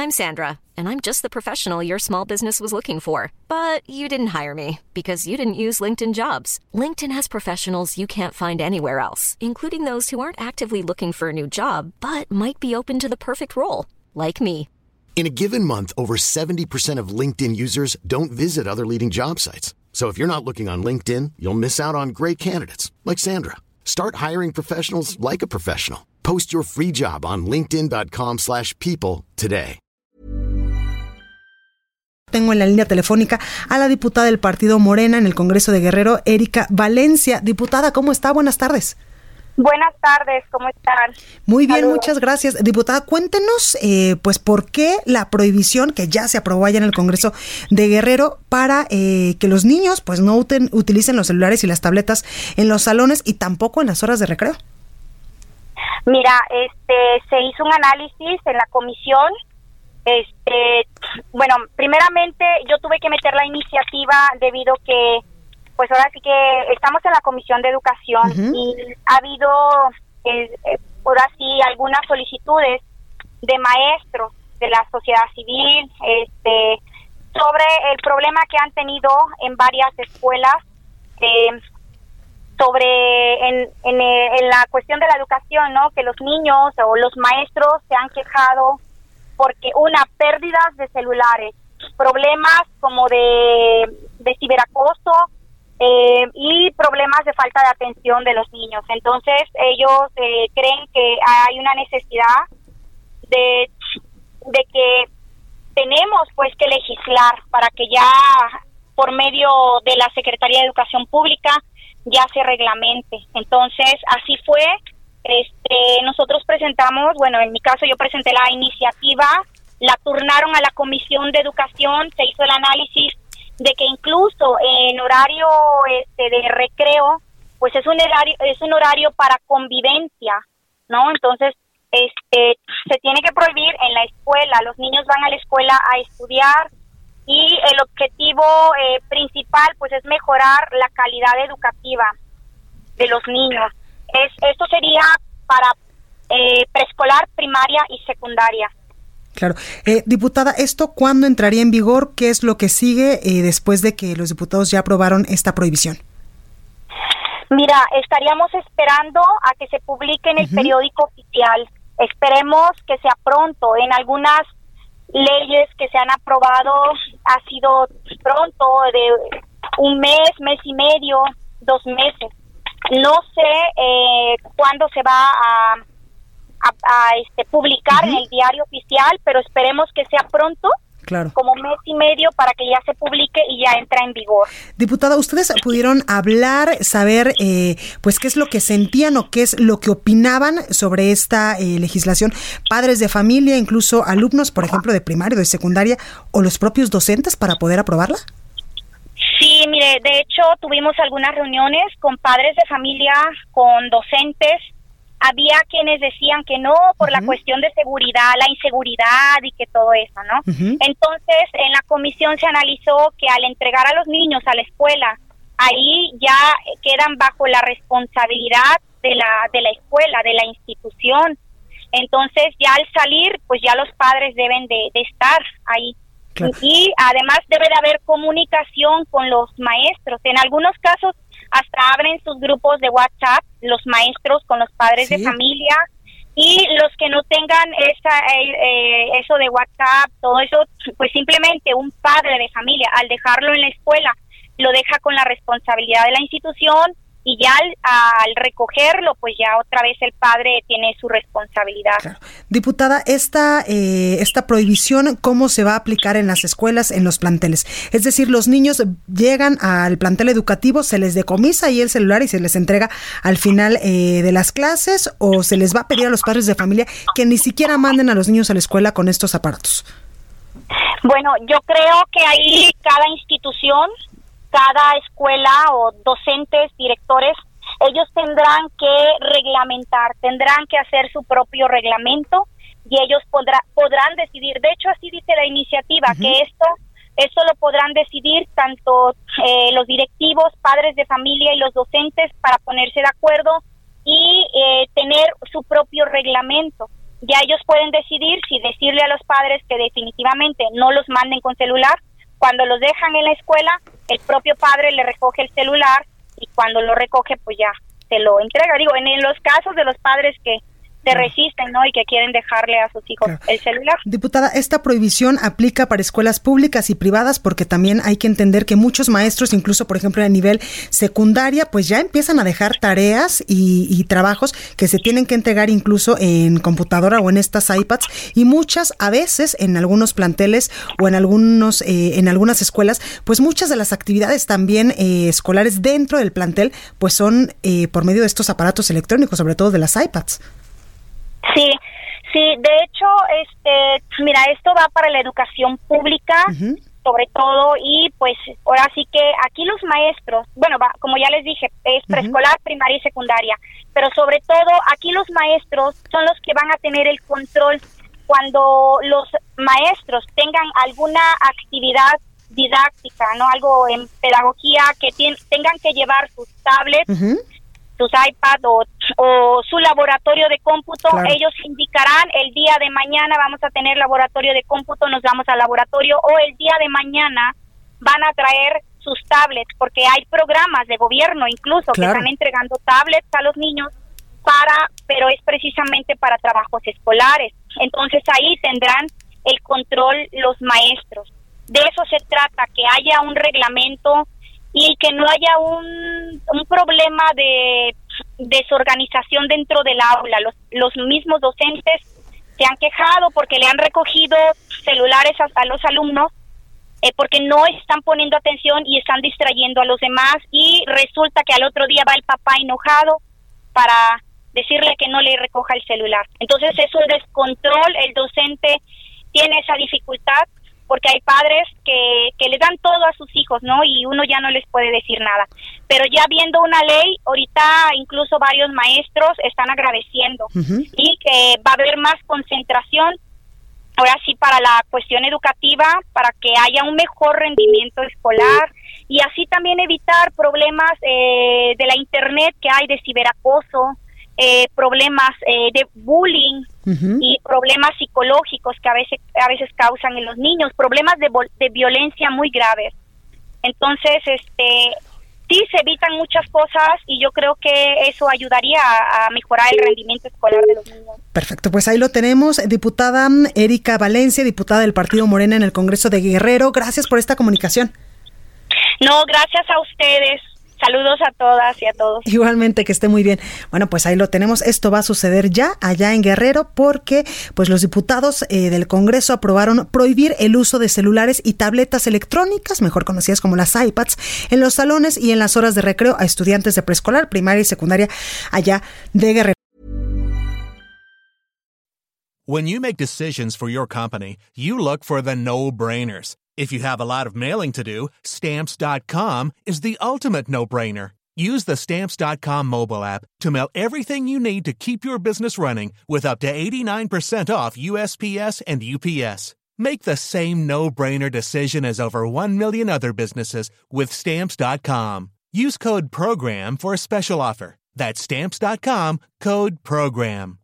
I'm Sandra, and I'm just the professional your small business was looking for. But you didn't hire me because you didn't use LinkedIn Jobs. LinkedIn has professionals you can't find anywhere else, including those who aren't actively looking for a new job, but might be open to the perfect role, like me. In a given month, over 70% of LinkedIn users don't visit other leading job sites. So if you're not looking on LinkedIn, you'll miss out on great candidates like Sandra. Start hiring professionals like a professional. Post your free job on linkedin.com/people today. Tengo en la línea telefónica a la diputada del Partido Morena en el Congreso de Guerrero, Erika Valencia. Diputada, ¿cómo está? Buenas tardes. Buenas tardes, ¿cómo están? Muy bien, Saludos. muchas gracias. Diputada, cuéntenos, pues, ¿por qué la prohibición que ya se aprobó allá en el Congreso de Guerrero para que los niños, pues, no utilicen los celulares y las tabletas en los salones y tampoco en las horas de recreo? Mira, se hizo un análisis en la comisión. Bueno, primeramente yo tuve que meter la iniciativa debido que, pues ahora sí que estamos en la Comisión de Educación y ha habido, ahora sí, algunas solicitudes de maestros de la sociedad civil, sobre el problema que han tenido en varias escuelas, sobre en la cuestión de la educación, ¿no? Que los niños o los maestros se han quejado porque pérdidas de celulares, problemas como de ciberacoso, y problemas de falta de atención de los niños. Entonces ellos creen que hay una necesidad de que tenemos pues que legislar para que ya por medio de la Secretaría de Educación Pública ya se reglamente. Entonces así fue. Nosotros presentamos, bueno, en mi caso yo presenté la iniciativa, la turnaron a la Comisión de Educación, se hizo el análisis de que incluso en horario de recreo, pues es un horario para convivencia, ¿no? Entonces, se tiene que prohibir en la escuela. Los niños van a la escuela a estudiar y el objetivo principal, pues, es mejorar la calidad educativa de los niños. Esto sería para preescolar, primaria y secundaria. Claro. Diputada, ¿esto cuándo entraría en vigor? ¿Qué es lo que sigue después de que los diputados ya aprobaron esta prohibición? Mira, estaríamos esperando a que se publique en el periódico oficial. Esperemos que sea pronto. En algunas leyes que se han aprobado ha sido pronto, de un mes, mes y medio, 2 meses. No sé cuándo se va a publicar en el diario oficial, pero esperemos que sea pronto, claro, como mes y medio, para que ya se publique y ya entra en vigor. Diputada, ¿ustedes pudieron hablar, saber pues qué es lo que sentían o qué es lo que opinaban sobre esta legislación? Padres de familia, incluso alumnos, por ejemplo, de primaria, de secundaria, o los propios docentes para poder aprobarla. Sí, mire, de hecho tuvimos algunas reuniones con padres de familia, con docentes. Había quienes decían que no por la cuestión de seguridad, la inseguridad y que todo eso, ¿no? Entonces, en la comisión se analizó que al entregar a los niños a la escuela, ahí ya quedan bajo la responsabilidad de la escuela, de la institución. Entonces, ya al salir, pues ya los padres deben de estar ahí. Claro. Y además debe de haber comunicación con los maestros. En algunos casos hasta abren sus grupos de WhatsApp, los maestros con los padres de familia, y los que no tengan eso de WhatsApp, todo eso, pues simplemente un padre de familia, al dejarlo en la escuela, lo deja con la responsabilidad de la institución, y ya al recogerlo, pues ya otra vez el padre tiene su responsabilidad. Claro. Diputada, esta prohibición, ¿cómo se va a aplicar en las escuelas, en los planteles? Es decir, los niños llegan al plantel educativo, se les decomisa ahí el celular y se les entrega al final de las clases, ¿o se les va a pedir a los padres de familia que ni siquiera manden a los niños a la escuela con estos aparatos? Bueno, yo creo que ahí cada institución, cada escuela o docentes, directores, ellos tendrán que reglamentar, tendrán que hacer su propio reglamento y ellos podrán decidir. De hecho, así dice la iniciativa, que esto lo podrán decidir tanto los directivos, padres de familia y los docentes para ponerse de acuerdo y tener su propio reglamento. ya ellos pueden decidir si decirle a los padres que definitivamente no los manden con celular. Cuando los dejan en la escuela, el propio padre le recoge el celular y cuando lo recoge, pues ya se lo entrega. Digo, en los casos de los padres que se resisten, ¿no? Y que quieren dejarle a sus hijos el celular. Diputada, esta prohibición aplica para escuelas públicas y privadas porque también hay que entender que muchos maestros, incluso por ejemplo a nivel secundaria, pues ya empiezan a dejar tareas y trabajos que se tienen que entregar incluso en computadora o en estas iPads, y muchas a veces en algunos planteles o en algunas escuelas, pues muchas de las actividades también escolares dentro del plantel pues son por medio de estos aparatos electrónicos, sobre todo de las iPads. Sí, de hecho, mira, esto va para la educación pública, sobre todo, y pues ahora sí que aquí los maestros, bueno, como ya les dije, es preescolar, primaria y secundaria, pero sobre todo aquí los maestros son los que van a tener el control cuando los maestros tengan alguna actividad didáctica, ¿no? Algo en pedagogía que tengan que llevar sus tablets, sus iPad o su laboratorio de cómputo. Claro. Ellos indicarán el día de mañana vamos a tener laboratorio de cómputo, nos vamos al laboratorio, o el día de mañana van a traer sus tablets, porque hay programas de gobierno incluso que están entregando tablets a los niños pero es precisamente para trabajos escolares. Entonces ahí tendrán el control los maestros. De eso se trata, que haya un reglamento y que no haya un problema de desorganización dentro del aula. Los mismos docentes se han quejado porque le han recogido celulares a los alumnos porque no están poniendo atención y están distrayendo a los demás, y resulta que al otro día va el papá enojado para decirle que no le recoja el celular. Entonces es un descontrol, el docente tiene esa dificultad porque hay padres que le dan todo a sus hijos, ¿no? Y uno ya no les puede decir nada. Pero ya viendo una ley, ahorita incluso varios maestros están agradeciendo y que va a haber más concentración, ahora sí, para la cuestión educativa, para que haya un mejor rendimiento escolar y así también evitar problemas de la internet que hay, de ciberacoso, problemas de bullying y problemas psicológicos que a veces causan en los niños, problemas de violencia muy graves. Entonces, sí se evitan muchas cosas y yo creo que eso ayudaría a mejorar el rendimiento escolar de los niños. Perfecto, pues ahí lo tenemos. Diputada Erika Valencia, diputada del Partido Morena en el Congreso de Guerrero, gracias por esta comunicación. No, gracias a ustedes. Saludos a todas y a todos. Igualmente, que esté muy bien. Bueno, pues ahí lo tenemos. Esto va a suceder ya allá en Guerrero porque pues los diputados del Congreso aprobaron prohibir el uso de celulares y tabletas electrónicas, mejor conocidas como las iPads, en los salones y en las horas de recreo a estudiantes de preescolar, primaria y secundaria allá de Guerrero. When you make decisions for your company, you look for the no-brainers. If you have a lot of mailing to do, Stamps.com is the ultimate no-brainer. Use the Stamps.com mobile app to mail everything you need to keep your business running with up to 89% off USPS and UPS. Make the same no-brainer decision as over 1 million other businesses with Stamps.com. Use code PROGRAM for a special offer. That's Stamps.com, code PROGRAM.